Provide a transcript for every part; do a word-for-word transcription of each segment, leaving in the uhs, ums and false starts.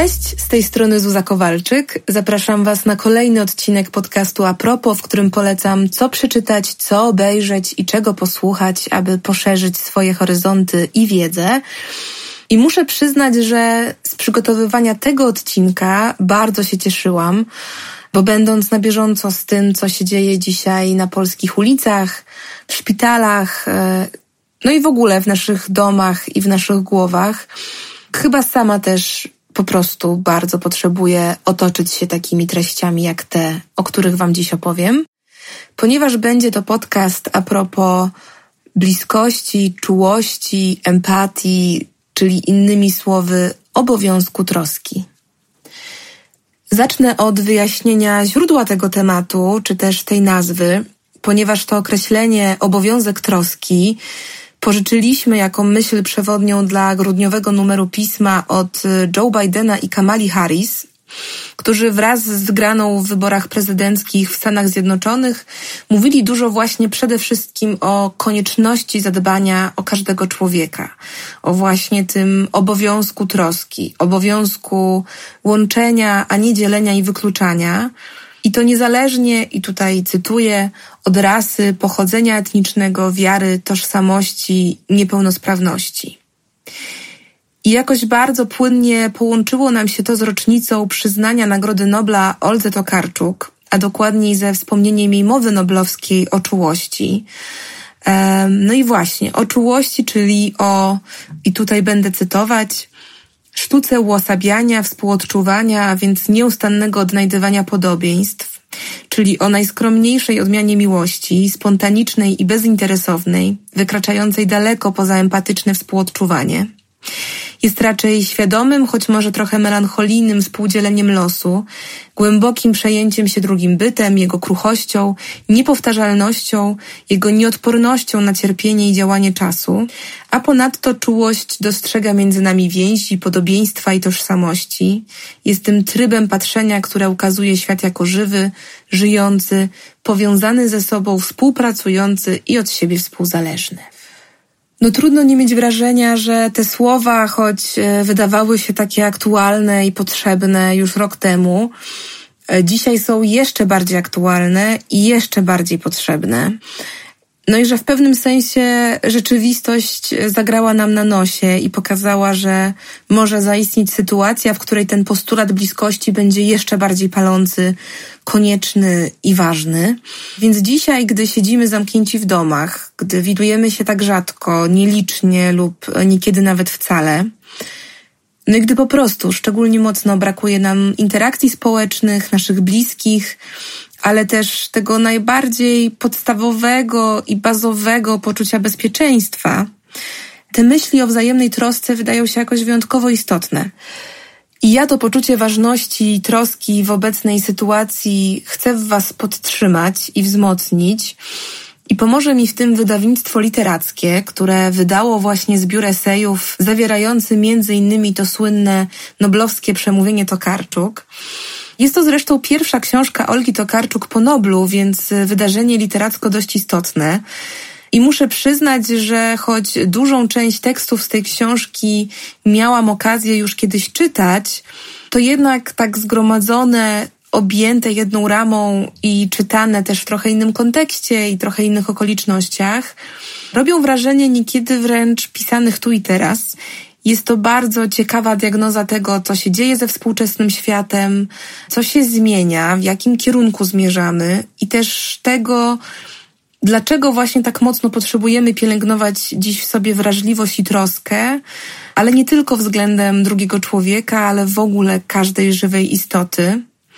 Cześć, z tej strony Zuza Kowalczyk. Zapraszam Was na kolejny odcinek podcastu A propos, w którym polecam, co przeczytać, co obejrzeć i czego posłuchać, aby poszerzyć swoje horyzonty i wiedzę. I muszę przyznać, że z przygotowywania tego odcinka bardzo się cieszyłam, bo będąc na bieżąco z tym, co się dzieje dzisiaj na polskich ulicach, w szpitalach, no i w ogóle w naszych domach i w naszych głowach, chyba sama też po prostu bardzo potrzebuję otoczyć się takimi treściami jak te, o których Wam dziś opowiem, ponieważ będzie to podcast a propos bliskości, czułości, empatii, czyli innymi słowy obowiązku troski. Zacznę od wyjaśnienia źródła tego tematu, czy też tej nazwy, ponieważ to określenie obowiązek troski pożyczyliśmy jako myśl przewodnią dla grudniowego numeru pisma od Joe Bidena i Kamali Harris, którzy wraz z wygraną w wyborach prezydenckich w Stanach Zjednoczonych mówili dużo właśnie przede wszystkim o konieczności zadbania o każdego człowieka, o właśnie tym obowiązku troski, obowiązku łączenia, a nie dzielenia i wykluczania. I to niezależnie, i tutaj cytuję, od rasy, pochodzenia etnicznego, wiary, tożsamości, niepełnosprawności. I jakoś bardzo płynnie połączyło nam się to z rocznicą przyznania Nagrody Nobla Oldze Tokarczuk, a dokładniej ze wspomnieniem jej mowy noblowskiej o czułości. No i właśnie, o czułości, czyli o, i tutaj będę cytować, sztuce uosabiania, współodczuwania, a więc nieustannego odnajdywania podobieństw, czyli o najskromniejszej odmianie miłości, spontanicznej i bezinteresownej, wykraczającej daleko poza empatyczne współodczuwanie. Jest raczej świadomym, choć może trochę melancholijnym współdzieleniem losu, głębokim przejęciem się drugim bytem, jego kruchością, niepowtarzalnością, jego nieodpornością na cierpienie i działanie czasu, a ponadto czułość dostrzega między nami więzi, podobieństwa i tożsamości. Jest tym trybem patrzenia, które ukazuje świat jako żywy, żyjący, powiązany ze sobą, współpracujący i od siebie współzależny. No trudno nie mieć wrażenia, że te słowa, choć wydawały się takie aktualne i potrzebne już rok temu, dzisiaj są jeszcze bardziej aktualne i jeszcze bardziej potrzebne. No i że w pewnym sensie rzeczywistość zagrała nam na nosie i pokazała, że może zaistnieć sytuacja, w której ten postulat bliskości będzie jeszcze bardziej palący, konieczny i ważny. Więc dzisiaj, gdy siedzimy zamknięci w domach, gdy widujemy się tak rzadko, nielicznie lub niekiedy nawet wcale, no i gdy po prostu szczególnie mocno brakuje nam interakcji społecznych, naszych bliskich, ale też tego najbardziej podstawowego i bazowego poczucia bezpieczeństwa, te myśli o wzajemnej trosce wydają się jakoś wyjątkowo istotne. I ja to poczucie ważności i troski w obecnej sytuacji chcę w Was podtrzymać i wzmocnić. I pomoże mi w tym wydawnictwo literackie, które wydało właśnie zbiór esejów zawierający między innymi to słynne noblowskie przemówienie Tokarczuk. Jest to zresztą pierwsza książka Olgi Tokarczuk po Noblu, więc wydarzenie literacko dość istotne. I muszę przyznać, że choć dużą część tekstów z tej książki miałam okazję już kiedyś czytać, to jednak tak zgromadzone, objęte jedną ramą i czytane też w trochę innym kontekście i trochę innych okolicznościach, robią wrażenie niekiedy wręcz pisanych tu i teraz. Jest to bardzo ciekawa diagnoza tego, co się dzieje ze współczesnym światem, co się zmienia, w jakim kierunku zmierzamy i też tego, dlaczego właśnie tak mocno potrzebujemy pielęgnować dziś w sobie wrażliwość i troskę, ale nie tylko względem drugiego człowieka, ale w ogóle każdej żywej istoty.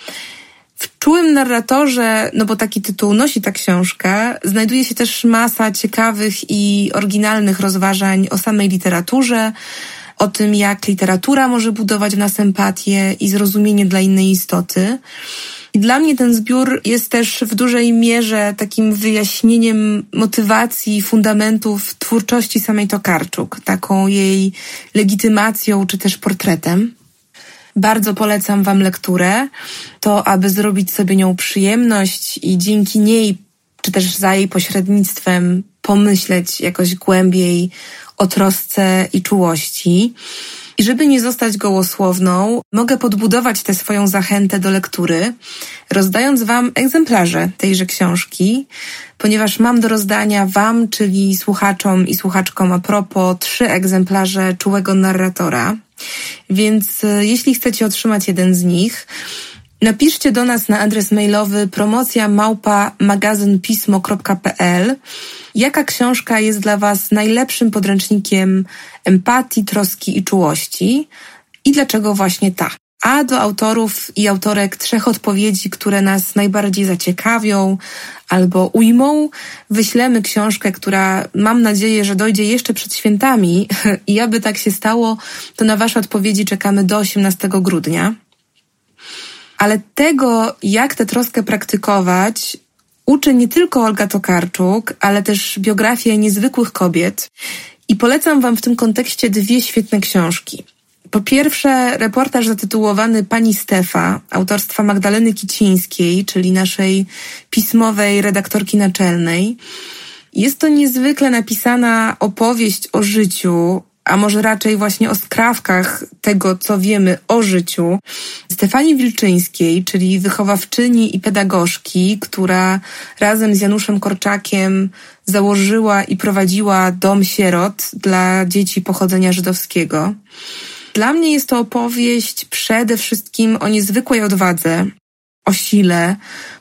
W Czułym narratorze, no bo taki tytuł nosi ta książka, znajduje się też masa ciekawych i oryginalnych rozważań o samej literaturze, o tym, jak literatura może budować w nas empatię i zrozumienie dla innej istoty. I dla mnie ten zbiór jest też w dużej mierze takim wyjaśnieniem motywacji, fundamentów twórczości samej Tokarczuk, taką jej legitymacją czy też portretem. Bardzo polecam Wam lekturę, to aby zrobić sobie nią przyjemność i dzięki niej, czy też za jej pośrednictwem pomyśleć jakoś głębiej o trosce i czułości. I żeby nie zostać gołosłowną, mogę podbudować tę swoją zachętę do lektury, rozdając Wam egzemplarze tejże książki, ponieważ mam do rozdania Wam, czyli słuchaczom i słuchaczkom a propos, trzy egzemplarze Czułego narratora. Więc jeśli chcecie otrzymać jeden z nich, napiszcie do nas na adres mailowy promocja małpa magazynpismo kropka pe el. Jaka książka jest dla Was najlepszym podręcznikiem empatii, troski i czułości i dlaczego właśnie ta? A do autorów i autorek trzech odpowiedzi, które nas najbardziej zaciekawią albo ujmą, wyślemy książkę, która mam nadzieję, że dojdzie jeszcze przed świętami i aby tak się stało, to na Wasze odpowiedzi czekamy do osiemnastego grudnia. Ale tego, jak tę troskę praktykować, uczy nie tylko Olga Tokarczuk, ale też biografie niezwykłych kobiet. I polecam Wam w tym kontekście dwie świetne książki. Po pierwsze, reportaż zatytułowany Pani Stefa, autorstwa Magdaleny Kicińskiej, czyli naszej pismowej redaktorki naczelnej. Jest to niezwykle napisana opowieść o życiu, a może raczej właśnie o skrawkach tego, co wiemy o życiu, Stefanii Wilczyńskiej, czyli wychowawczyni i pedagogzki, która razem z Januszem Korczakiem założyła i prowadziła dom sierot dla dzieci pochodzenia żydowskiego. Dla mnie jest to opowieść przede wszystkim o niezwykłej odwadze, o sile,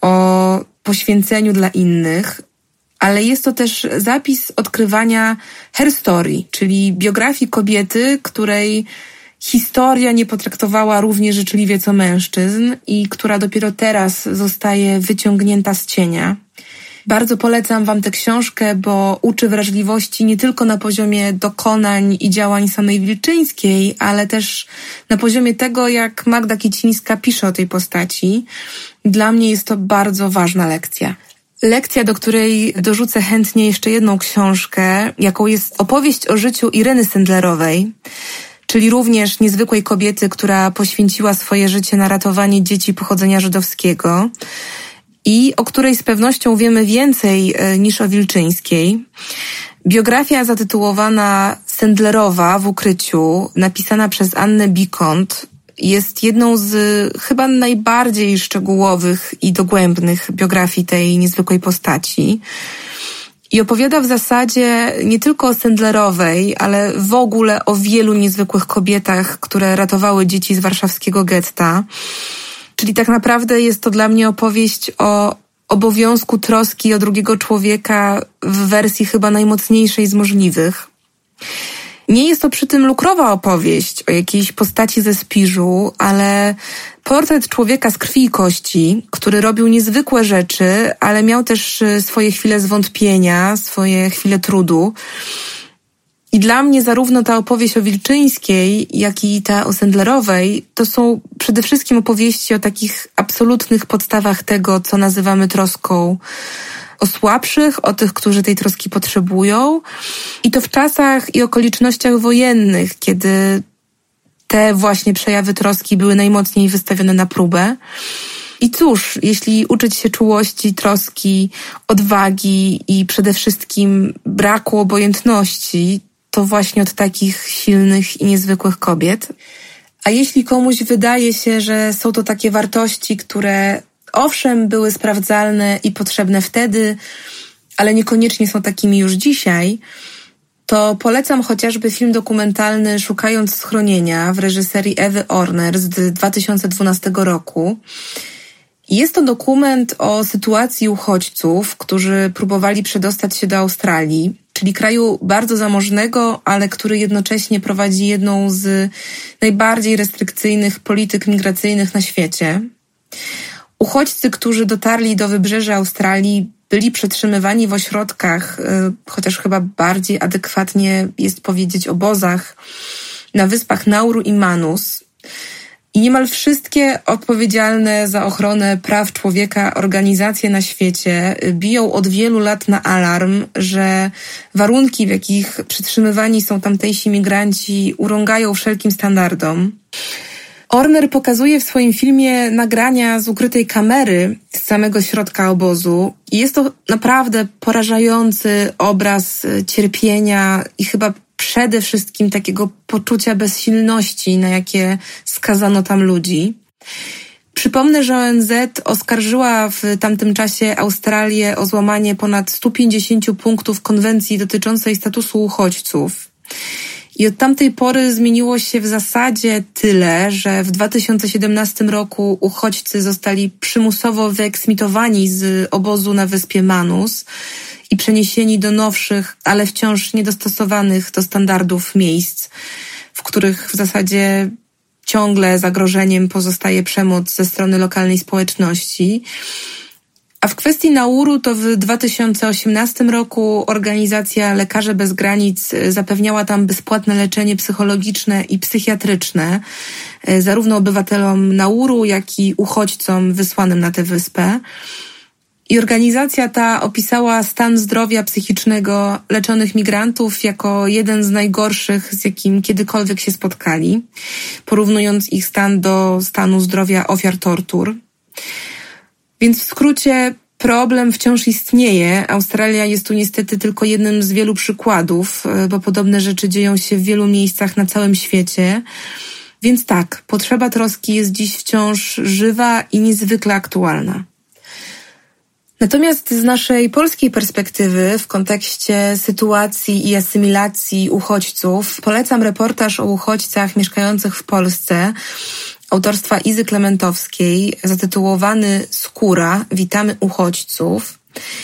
o poświęceniu dla innych, ale jest to też zapis odkrywania her story, czyli biografii kobiety, której historia nie potraktowała równie życzliwie co mężczyzn i która dopiero teraz zostaje wyciągnięta z cienia. Bardzo polecam Wam tę książkę, bo uczy wrażliwości nie tylko na poziomie dokonań i działań samej Wilczyńskiej, ale też na poziomie tego, jak Magda Kicińska pisze o tej postaci. Dla mnie jest to bardzo ważna lekcja. Lekcja, do której dorzucę chętnie jeszcze jedną książkę, jaką jest opowieść o życiu Ireny Sendlerowej, czyli również niezwykłej kobiety, która poświęciła swoje życie na ratowanie dzieci pochodzenia żydowskiego i o której z pewnością wiemy więcej niż o Wilczyńskiej. Biografia zatytułowana Sendlerowa w ukryciu, napisana przez Annę Bikont, jest jedną z chyba najbardziej szczegółowych i dogłębnych biografii tej niezwykłej postaci. I opowiada w zasadzie nie tylko o Sendlerowej, ale w ogóle o wielu niezwykłych kobietach, które ratowały dzieci z warszawskiego getta. Czyli tak naprawdę jest to dla mnie opowieść o obowiązku troski o drugiego człowieka w wersji chyba najmocniejszej z możliwych. Nie jest to przy tym lukrowa opowieść o jakiejś postaci ze Spiżu, ale portret człowieka z krwi i kości, który robił niezwykłe rzeczy, ale miał też swoje chwile zwątpienia, swoje chwile trudu. I dla mnie zarówno ta opowieść o Wilczyńskiej, jak i ta o Sendlerowej to są przede wszystkim opowieści o takich absolutnych podstawach tego, co nazywamy troską, o słabszych, o tych, którzy tej troski potrzebują. I to w czasach i okolicznościach wojennych, kiedy te właśnie przejawy troski były najmocniej wystawione na próbę. I cóż, jeśli uczyć się czułości, troski, odwagi i przede wszystkim braku obojętności, to właśnie od takich silnych i niezwykłych kobiet. A jeśli komuś wydaje się, że są to takie wartości, które owszem były sprawdzalne i potrzebne wtedy, ale niekoniecznie są takimi już dzisiaj, to polecam chociażby film dokumentalny Szukając schronienia w reżyserii Ewy Orner z dwa tysiące dwunastego roku. Jest to dokument o sytuacji uchodźców, którzy próbowali przedostać się do Australii, czyli kraju bardzo zamożnego, ale który jednocześnie prowadzi jedną z najbardziej restrykcyjnych polityk migracyjnych na świecie. Uchodźcy, którzy dotarli do wybrzeża Australii, byli przetrzymywani w ośrodkach, chociaż chyba bardziej adekwatnie jest powiedzieć obozach, na wyspach Nauru i Manus. I niemal wszystkie odpowiedzialne za ochronę praw człowieka organizacje na świecie biją od wielu lat na alarm, że warunki, w jakich przetrzymywani są tamtejsi migranci, urągają wszelkim standardom. Orner pokazuje w swoim filmie nagrania z ukrytej kamery z samego środka obozu i jest to naprawdę porażający obraz cierpienia i chyba przede wszystkim takiego poczucia bezsilności, na jakie skazano tam ludzi. Przypomnę, że O N Z oskarżyła w tamtym czasie Australię o złamanie ponad stu pięćdziesięciu punktów konwencji dotyczącej statusu uchodźców. I od tamtej pory zmieniło się w zasadzie tyle, że w dwa tysiące siedemnastym roku uchodźcy zostali przymusowo wyeksmitowani z obozu na wyspie Manus i przeniesieni do nowszych, ale wciąż niedostosowanych do standardów miejsc, w których w zasadzie ciągle zagrożeniem pozostaje przemoc ze strony lokalnej społeczności. A w kwestii Nauru to w dwa tysiące osiemnastym roku organizacja Lekarze Bez Granic zapewniała tam bezpłatne leczenie psychologiczne i psychiatryczne zarówno obywatelom Nauru, jak i uchodźcom wysłanym na tę wyspę. I organizacja ta opisała stan zdrowia psychicznego leczonych migrantów jako jeden z najgorszych, z jakim kiedykolwiek się spotkali, porównując ich stan do stanu zdrowia ofiar tortur. Więc w skrócie problem wciąż istnieje. Australia jest tu niestety tylko jednym z wielu przykładów, bo podobne rzeczy dzieją się w wielu miejscach na całym świecie. Więc tak, potrzeba troski jest dziś wciąż żywa i niezwykle aktualna. Natomiast z naszej polskiej perspektywy w kontekście sytuacji i asymilacji uchodźców polecam reportaż o uchodźcach mieszkających w Polsce autorstwa Izy Klementowskiej zatytułowany Skóra. Witamy uchodźców.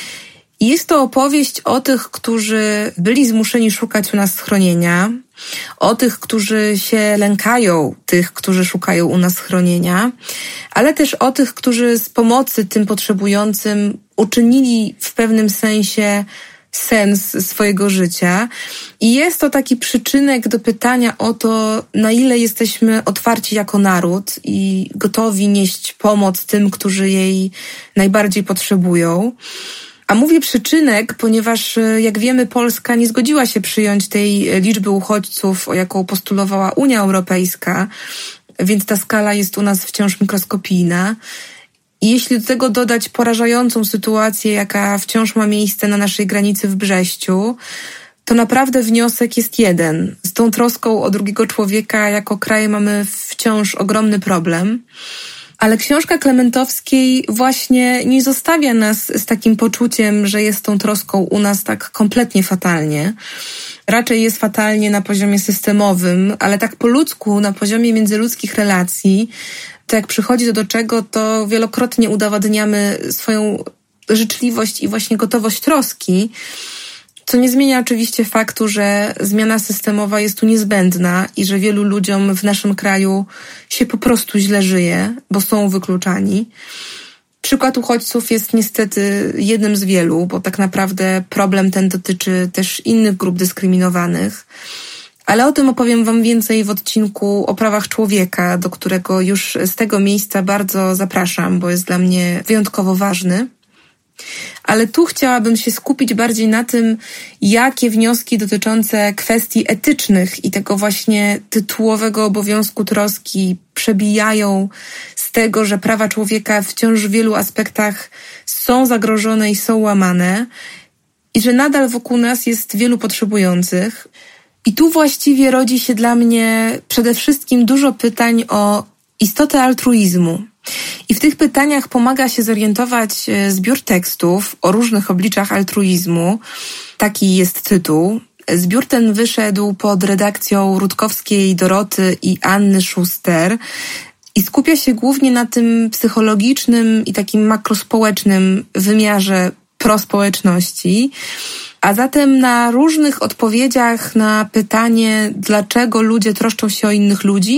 I jest to opowieść o tych, którzy byli zmuszeni szukać u nas schronienia, o tych, którzy się lękają tych, którzy szukają u nas schronienia, ale też o tych, którzy z pomocy tym potrzebującym uczynili w pewnym sensie sens swojego życia. I jest to taki przyczynek do pytania o to, na ile jesteśmy otwarci jako naród i gotowi nieść pomoc tym, którzy jej najbardziej potrzebują. A mówię przyczynek, ponieważ, jak wiemy, Polska nie zgodziła się przyjąć tej liczby uchodźców, o jaką postulowała Unia Europejska, więc ta skala jest u nas wciąż mikroskopijna. I jeśli do tego dodać porażającą sytuację, jaka wciąż ma miejsce na naszej granicy w Brześciu, to naprawdę wniosek jest jeden. Z tą troską o drugiego człowieka jako kraj mamy wciąż ogromny problem. Ale książka Klementowskiej właśnie nie zostawia nas z takim poczuciem, że jest tą troską u nas tak kompletnie fatalnie. Raczej jest fatalnie na poziomie systemowym, ale tak po ludzku, na poziomie międzyludzkich relacji, to jak przychodzi to do czego, to wielokrotnie udowadniamy swoją życzliwość i właśnie gotowość troski, co nie zmienia oczywiście faktu, że zmiana systemowa jest tu niezbędna i że wielu ludziom w naszym kraju się po prostu źle żyje, bo są wykluczani. Przykład uchodźców jest niestety jednym z wielu, bo tak naprawdę problem ten dotyczy też innych grup dyskryminowanych. Ale o tym opowiem Wam więcej w odcinku o prawach człowieka, do którego już z tego miejsca bardzo zapraszam, bo jest dla mnie wyjątkowo ważny. Ale tu chciałabym się skupić bardziej na tym, jakie wnioski dotyczące kwestii etycznych i tego właśnie tytułowego obowiązku troski przebijają z tego, że prawa człowieka wciąż w wielu aspektach są zagrożone i są łamane i że nadal wokół nas jest wielu potrzebujących. I tu właściwie rodzi się dla mnie przede wszystkim dużo pytań o istotę altruizmu. I w tych pytaniach pomaga się zorientować zbiór tekstów o różnych obliczach altruizmu. Taki jest tytuł. Zbiór ten wyszedł pod redakcją Rutkowskiej Doroty i Anny Szuster i skupia się głównie na tym psychologicznym i takim makrospołecznym wymiarze prospołeczności, a zatem na różnych odpowiedziach na pytanie, dlaczego ludzie troszczą się o innych ludzi.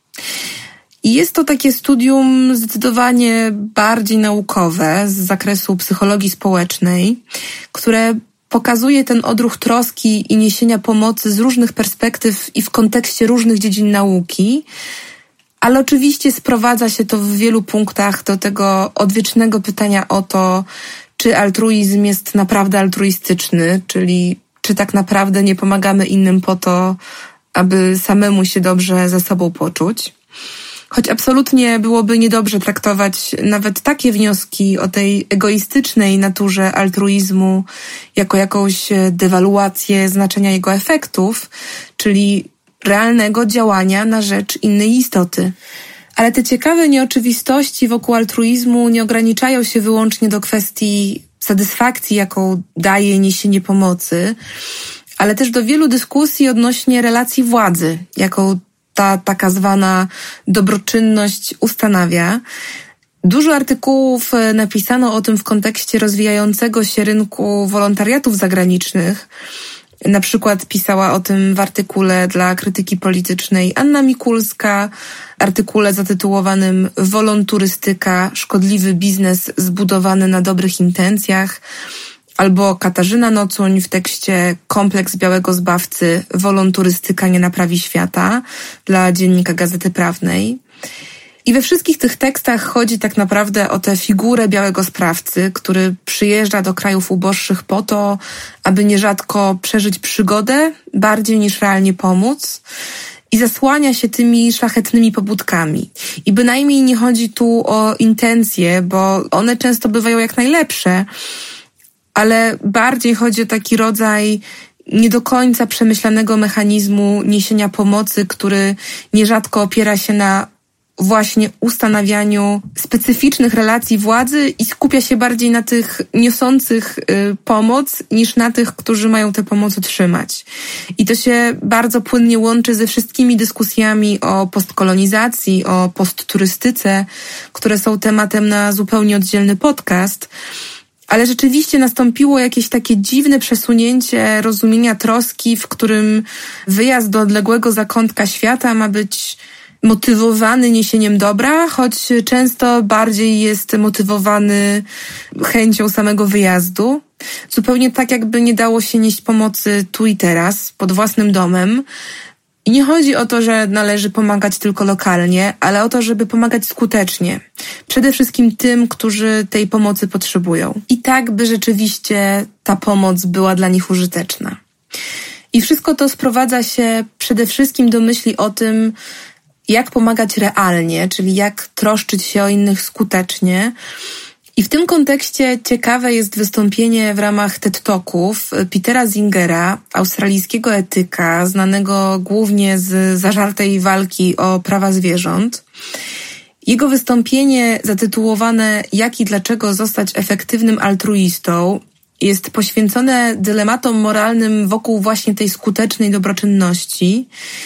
I jest to takie studium zdecydowanie bardziej naukowe z zakresu psychologii społecznej, które pokazuje ten odruch troski i niesienia pomocy z różnych perspektyw i w kontekście różnych dziedzin nauki, ale oczywiście sprowadza się to w wielu punktach do tego odwiecznego pytania o to, czy altruizm jest naprawdę altruistyczny, czyli czy tak naprawdę nie pomagamy innym po to, aby samemu się dobrze ze sobą poczuć. Choć absolutnie byłoby niedobrze traktować nawet takie wnioski o tej egoistycznej naturze altruizmu jako jakąś dewaluację znaczenia jego efektów, czyli realnego działania na rzecz innej istoty. Ale te ciekawe nieoczywistości wokół altruizmu nie ograniczają się wyłącznie do kwestii satysfakcji, jaką daje niesienie pomocy, ale też do wielu dyskusji odnośnie relacji władzy, jaką ta taka zwana dobroczynność ustanawia. Dużo artykułów napisano o tym w kontekście rozwijającego się rynku wolontariatów zagranicznych. Na przykład pisała o tym w artykule dla Krytyki Politycznej Anna Mikulska, artykule zatytułowanym Wolonturystyka, szkodliwy biznes zbudowany na dobrych intencjach, albo Katarzyna Nocuń w tekście Kompleks Białego Zbawcy, Wolonturystyka nie naprawi świata dla Dziennika Gazety Prawnej. I we wszystkich tych tekstach chodzi tak naprawdę o tę figurę białego sprawcy, który przyjeżdża do krajów uboższych po to, aby nierzadko przeżyć przygodę bardziej niż realnie pomóc i zasłania się tymi szlachetnymi pobudkami. I bynajmniej nie chodzi tu o intencje, bo one często bywają jak najlepsze, ale bardziej chodzi o taki rodzaj nie do końca przemyślanego mechanizmu niesienia pomocy, który nierzadko opiera się na właśnie ustanawianiu specyficznych relacji władzy i skupia się bardziej na tych niosących y, pomoc niż na tych, którzy mają tę pomoc otrzymać. I to się bardzo płynnie łączy ze wszystkimi dyskusjami o postkolonizacji, o postturystyce, które są tematem na zupełnie oddzielny podcast. Ale rzeczywiście nastąpiło jakieś takie dziwne przesunięcie rozumienia troski, w którym wyjazd do odległego zakątka świata ma być motywowany niesieniem dobra, choć często bardziej jest motywowany chęcią samego wyjazdu. Zupełnie tak, jakby nie dało się nieść pomocy tu i teraz, pod własnym domem. I nie chodzi o to, że należy pomagać tylko lokalnie, ale o to, żeby pomagać skutecznie. Przede wszystkim tym, którzy tej pomocy potrzebują. I tak, by rzeczywiście ta pomoc była dla nich użyteczna. I wszystko to sprowadza się przede wszystkim do myśli o tym, jak pomagać realnie, czyli jak troszczyć się o innych skutecznie. I w tym kontekście ciekawe jest wystąpienie w ramach TED Talków Petera Singera, australijskiego etyka, znanego głównie z zażartej walki o prawa zwierząt. Jego wystąpienie zatytułowane Jak i dlaczego zostać efektywnym altruistą jest poświęcone dylematom moralnym wokół właśnie tej skutecznej dobroczynności.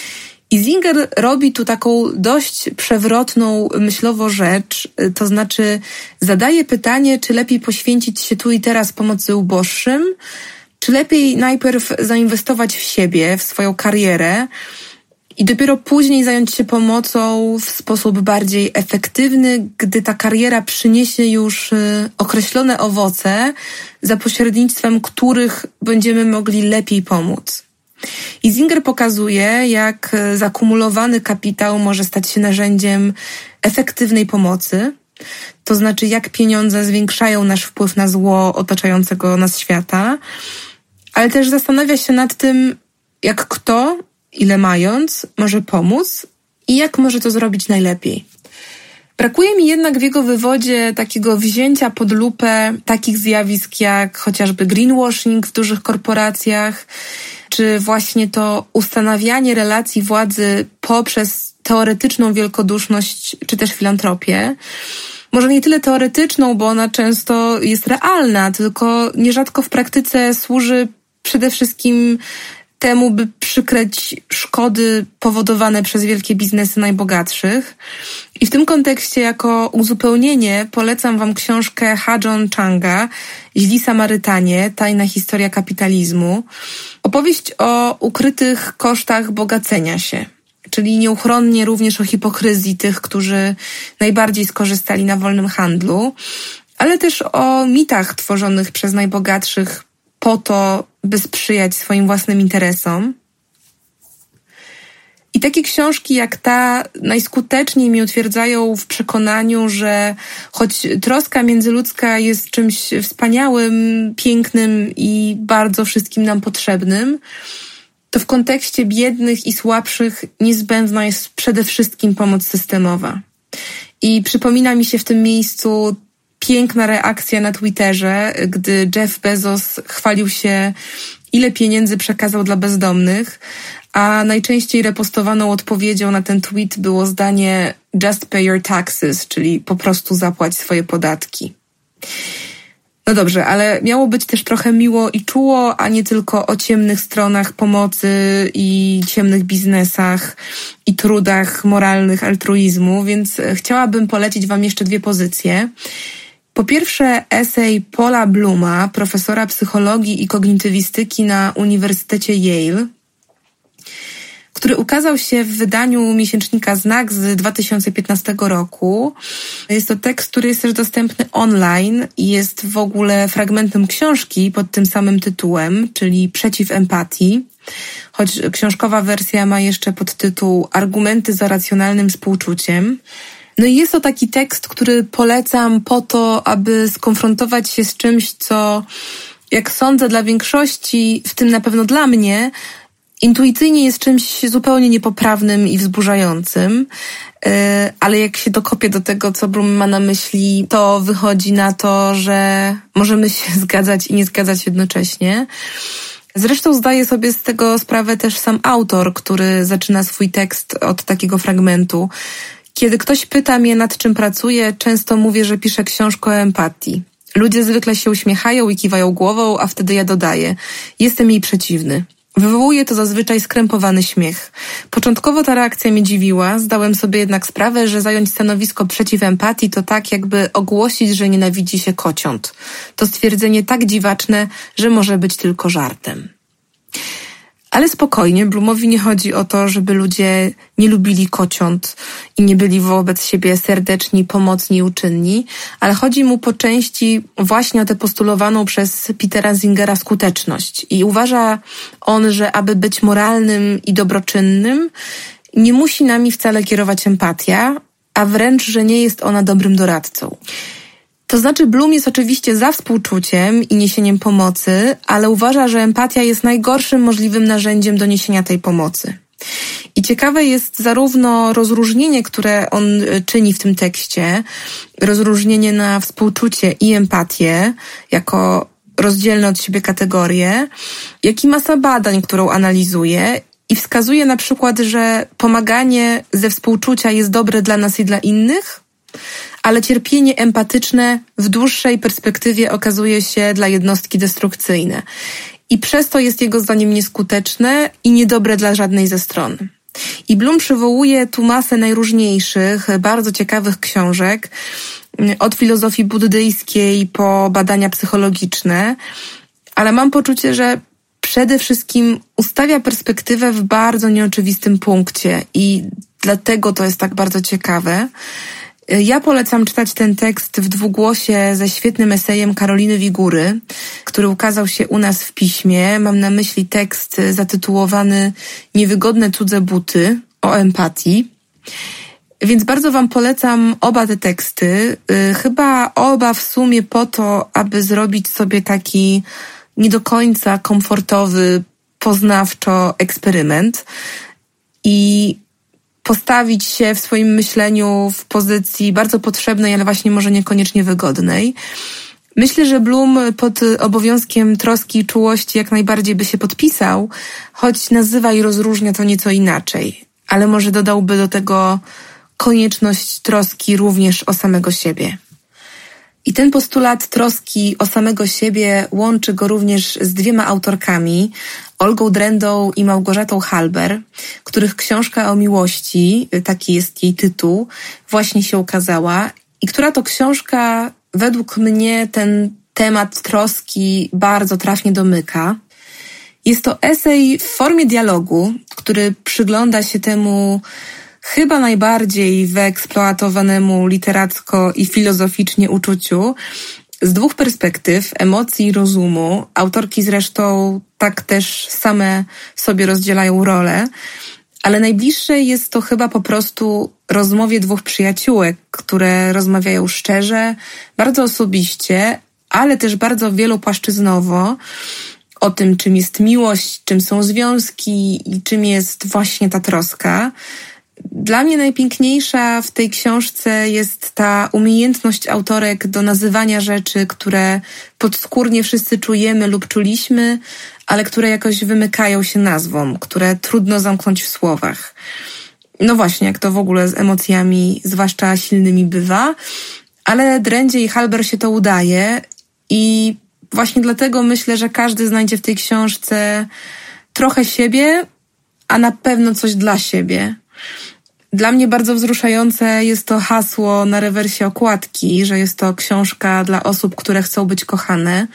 I Singer robi tu taką dość przewrotną myślowo rzecz, to znaczy zadaje pytanie, czy lepiej poświęcić się tu i teraz pomocy uboższym, czy lepiej najpierw zainwestować w siebie, w swoją karierę i dopiero później zająć się pomocą w sposób bardziej efektywny, gdy ta kariera przyniesie już określone owoce, za pośrednictwem których będziemy mogli lepiej pomóc. I Singer pokazuje, jak zakumulowany kapitał może stać się narzędziem efektywnej pomocy, to znaczy jak pieniądze zwiększają nasz wpływ na zło otaczającego nas świata, ale też zastanawia się nad tym, jak kto, ile mając, może pomóc i jak może to zrobić najlepiej. Brakuje mi jednak w jego wywodzie takiego wzięcia pod lupę takich zjawisk jak chociażby greenwashing w dużych korporacjach, czy właśnie to ustanawianie relacji władzy poprzez teoretyczną wielkoduszność, czy też filantropię. Może nie tyle teoretyczną, bo ona często jest realna, tylko nierzadko w praktyce służy przede wszystkim temu, by przykryć szkody powodowane przez wielkie biznesy najbogatszych. I w tym kontekście jako uzupełnienie polecam wam książkę Ha-Joon Changa Źli Samarytanie, tajna historia kapitalizmu. Opowieść o ukrytych kosztach bogacenia się, czyli nieuchronnie również o hipokryzji tych, którzy najbardziej skorzystali na wolnym handlu, ale też o mitach tworzonych przez najbogatszych po to, by sprzyjać swoim własnym interesom. I takie książki jak ta najskuteczniej mnie utwierdzają w przekonaniu, że choć troska międzyludzka jest czymś wspaniałym, pięknym i bardzo wszystkim nam potrzebnym, to w kontekście biednych i słabszych niezbędna jest przede wszystkim pomoc systemowa. I przypomina mi się w tym miejscu piękna reakcja na Twitterze, gdy Jeff Bezos chwalił się, ile pieniędzy przekazał dla bezdomnych, a najczęściej repostowaną odpowiedzią na ten tweet było zdanie "just pay your taxes", czyli po prostu zapłać swoje podatki. No dobrze, ale miało być też trochę miło i czuło, a nie tylko o ciemnych stronach pomocy i ciemnych biznesach i trudach moralnych altruizmu, więc chciałabym polecić wam jeszcze dwie pozycje. Po pierwsze esej Paula Blooma, profesora psychologii i kognitywistyki na Uniwersytecie Yale, który ukazał się w wydaniu miesięcznika Znak z dwa tysiące piętnastego roku. Jest to tekst, który jest też dostępny online i jest w ogóle fragmentem książki pod tym samym tytułem, czyli Przeciw empatii, choć książkowa wersja ma jeszcze podtytuł Argumenty za racjonalnym współczuciem. No i jest to taki tekst, który polecam po to, aby skonfrontować się z czymś, co, jak sądzę, dla większości, w tym na pewno dla mnie, intuicyjnie jest czymś zupełnie niepoprawnym i wzburzającym, ale jak się dokopię do tego, co Bloom ma na myśli, to wychodzi na to, że możemy się zgadzać i nie zgadzać jednocześnie. Zresztą zdaje sobie z tego sprawę też sam autor, który zaczyna swój tekst od takiego fragmentu. Kiedy ktoś pyta mnie, nad czym pracuję, często mówię, że piszę książkę o empatii. Ludzie zwykle się uśmiechają i kiwają głową, a wtedy ja dodaję: jestem jej przeciwny. Wywołuje to zazwyczaj skrępowany śmiech. Początkowo ta reakcja mnie dziwiła, zdałem sobie jednak sprawę, że zająć stanowisko przeciw empatii to tak, jakby ogłosić, że nienawidzi się kociąt. To stwierdzenie tak dziwaczne, że może być tylko żartem. Ale spokojnie, Bloomowi nie chodzi o to, żeby ludzie nie lubili kociąt i nie byli wobec siebie serdeczni, pomocni i uczynni, ale chodzi mu po części właśnie o tę postulowaną przez Petera Singera skuteczność. I uważa on, że aby być moralnym i dobroczynnym, nie musi nami wcale kierować empatia, a wręcz, że nie jest ona dobrym doradcą. To znaczy Bloom jest oczywiście za współczuciem i niesieniem pomocy, ale uważa, że empatia jest najgorszym możliwym narzędziem do niesienia tej pomocy. I ciekawe jest zarówno rozróżnienie, które on czyni w tym tekście, rozróżnienie na współczucie i empatię jako rozdzielne od siebie kategorie, jak i masa badań, którą analizuje i wskazuje na przykład, że pomaganie ze współczucia jest dobre dla nas i dla innych, ale cierpienie empatyczne w dłuższej perspektywie okazuje się dla jednostki destrukcyjne. I przez to jest jego zdaniem nieskuteczne i niedobre dla żadnej ze stron. I Bloom przywołuje tu masę najróżniejszych, bardzo ciekawych książek, od filozofii buddyjskiej po badania psychologiczne, ale mam poczucie, że przede wszystkim ustawia perspektywę w bardzo nieoczywistym punkcie i dlatego to jest tak bardzo ciekawe. Ja polecam czytać ten tekst w dwugłosie ze świetnym esejem Karoliny Wigury, który ukazał się u nas w piśmie. Mam na myśli tekst zatytułowany Niewygodne cudze buty o empatii. Więc bardzo wam polecam oba te teksty. Chyba oba w sumie po to, aby zrobić sobie taki nie do końca komfortowy, poznawczo eksperyment i postawić się w swoim myśleniu w pozycji bardzo potrzebnej, ale właśnie może niekoniecznie wygodnej. Myślę, że Bloom pod obowiązkiem troski i czułości jak najbardziej by się podpisał, choć nazywa i rozróżnia to nieco inaczej. Ale może dodałby do tego konieczność troski również o samego siebie. I ten postulat troski o samego siebie łączy go również z dwiema autorkami, Olgą Drendą i Małgorzatą Halber, których książka o miłości, taki jest jej tytuł, właśnie się ukazała i która to książka według mnie ten temat troski bardzo trafnie domyka. Jest to esej w formie dialogu, który przygląda się temu chyba najbardziej wyeksploatowanemu literacko i filozoficznie uczuciu z dwóch perspektyw, emocji i rozumu. Autorki zresztą tak też same sobie rozdzielają rolę, ale najbliższe jest to chyba po prostu rozmowie dwóch przyjaciółek, które rozmawiają szczerze, bardzo osobiście, ale też bardzo wielopłaszczyznowo o tym, czym jest miłość, czym są związki i czym jest właśnie ta troska. Dla mnie najpiękniejsza w tej książce jest ta umiejętność autorek do nazywania rzeczy, które podskórnie wszyscy czujemy lub czuliśmy, ale które jakoś wymykają się nazwom, które trudno zamknąć w słowach. No właśnie, jak to w ogóle z emocjami, zwłaszcza silnymi bywa, ale Drędzie i Halber się to udaje i właśnie dlatego myślę, że każdy znajdzie w tej książce trochę siebie, a na pewno coś dla siebie. Dla mnie bardzo wzruszające jest to hasło na rewersie okładki, że jest to książka dla osób, które chcą być kochane.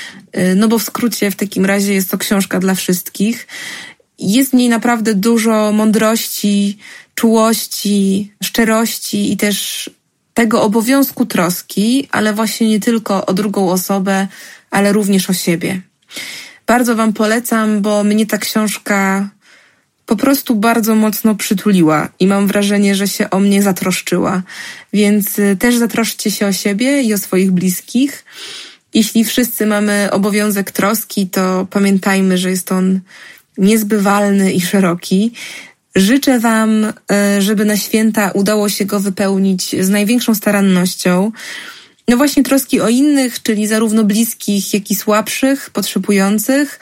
No bo w skrócie w takim razie jest to książka dla wszystkich. Jest w niej naprawdę dużo mądrości, czułości, szczerości i też tego obowiązku troski, ale właśnie nie tylko o drugą osobę, ale również o siebie. Bardzo wam polecam, bo mnie ta książka po prostu bardzo mocno przytuliła i mam wrażenie, że się o mnie zatroszczyła. Więc też zatroszczcie się o siebie i o swoich bliskich. Jeśli wszyscy mamy obowiązek troski, to pamiętajmy, że jest on niezbywalny i szeroki. Życzę wam, żeby na święta udało się go wypełnić z największą starannością. No właśnie troski o innych, czyli zarówno bliskich, jak i słabszych, potrzebujących,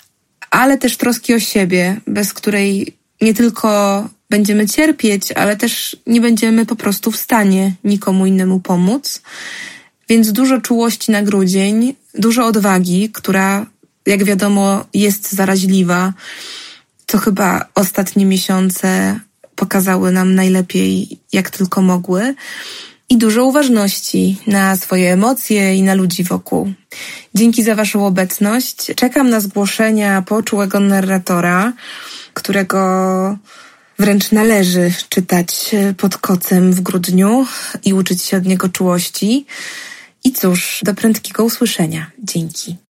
ale też troski o siebie, bez której nie tylko będziemy cierpieć, ale też nie będziemy po prostu w stanie nikomu innemu pomóc. Więc dużo czułości na grudzień, dużo odwagi, która, jak wiadomo, jest zaraźliwa. To chyba ostatnie miesiące pokazały nam najlepiej, jak tylko mogły. I dużo uważności na swoje emocje i na ludzi wokół. Dzięki za waszą obecność. Czekam na zgłoszenia poczułego narratora, którego wręcz należy czytać pod kocem w grudniu i uczyć się od niego czułości. I cóż, do prędkiego usłyszenia. Dzięki.